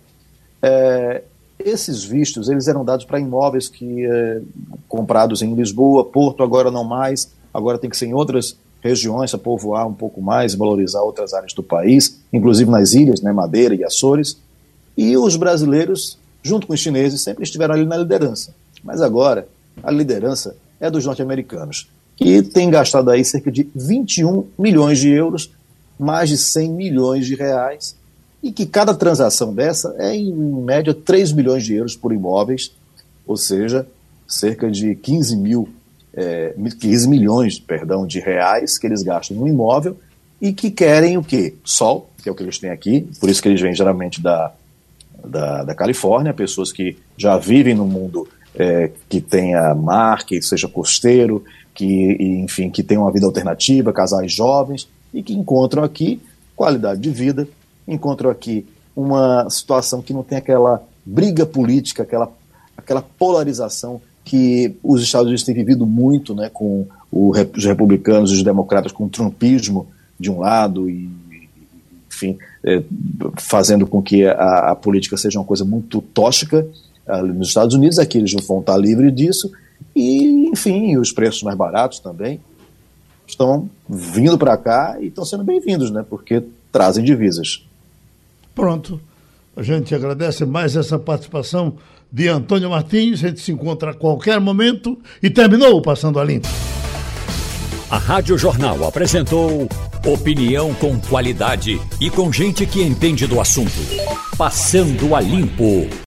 Esses vistos, eles eram dados para imóveis comprados em Lisboa, Porto, agora não mais, agora tem que ser em outras regiões, a povoar um pouco mais, valorizar outras áreas do país, inclusive nas ilhas, né, Madeira e Açores. E os brasileiros, junto com os chineses, sempre estiveram ali na liderança. Mas agora, a liderança é dos norte-americanos, que têm gastado aí cerca de 21 milhões de euros, mais de 100 milhões de reais, e que cada transação dessa é, em média, 3 milhões de euros por imóveis, ou seja, cerca de 15 milhões de reais que eles gastam no imóvel e que querem o quê? Sol, que é o que eles têm aqui, por isso que eles vêm geralmente da Califórnia, pessoas que já vivem no mundo que tenha mar, que seja costeiro, enfim, que tenham uma vida alternativa, casais jovens, e que encontram aqui qualidade de vida, encontram aqui uma situação que não tem aquela briga política, aquela polarização que os Estados Unidos têm vivido muito, né, com os republicanos e os democratas, com o trumpismo de um lado e, enfim, fazendo com que a política seja uma coisa muito tóxica nos Estados Unidos. Aqui eles vão estar livres disso e, enfim, os preços mais baratos também estão vindo para cá e estão sendo bem-vindos, né, porque trazem divisas. Pronto. A gente agradece mais essa participação de Antônio Martins. A gente se encontra a qualquer momento e terminou o Passando a Limpo. A Rádio Jornal apresentou opinião com qualidade e com gente que entende do assunto. Passando a Limpo.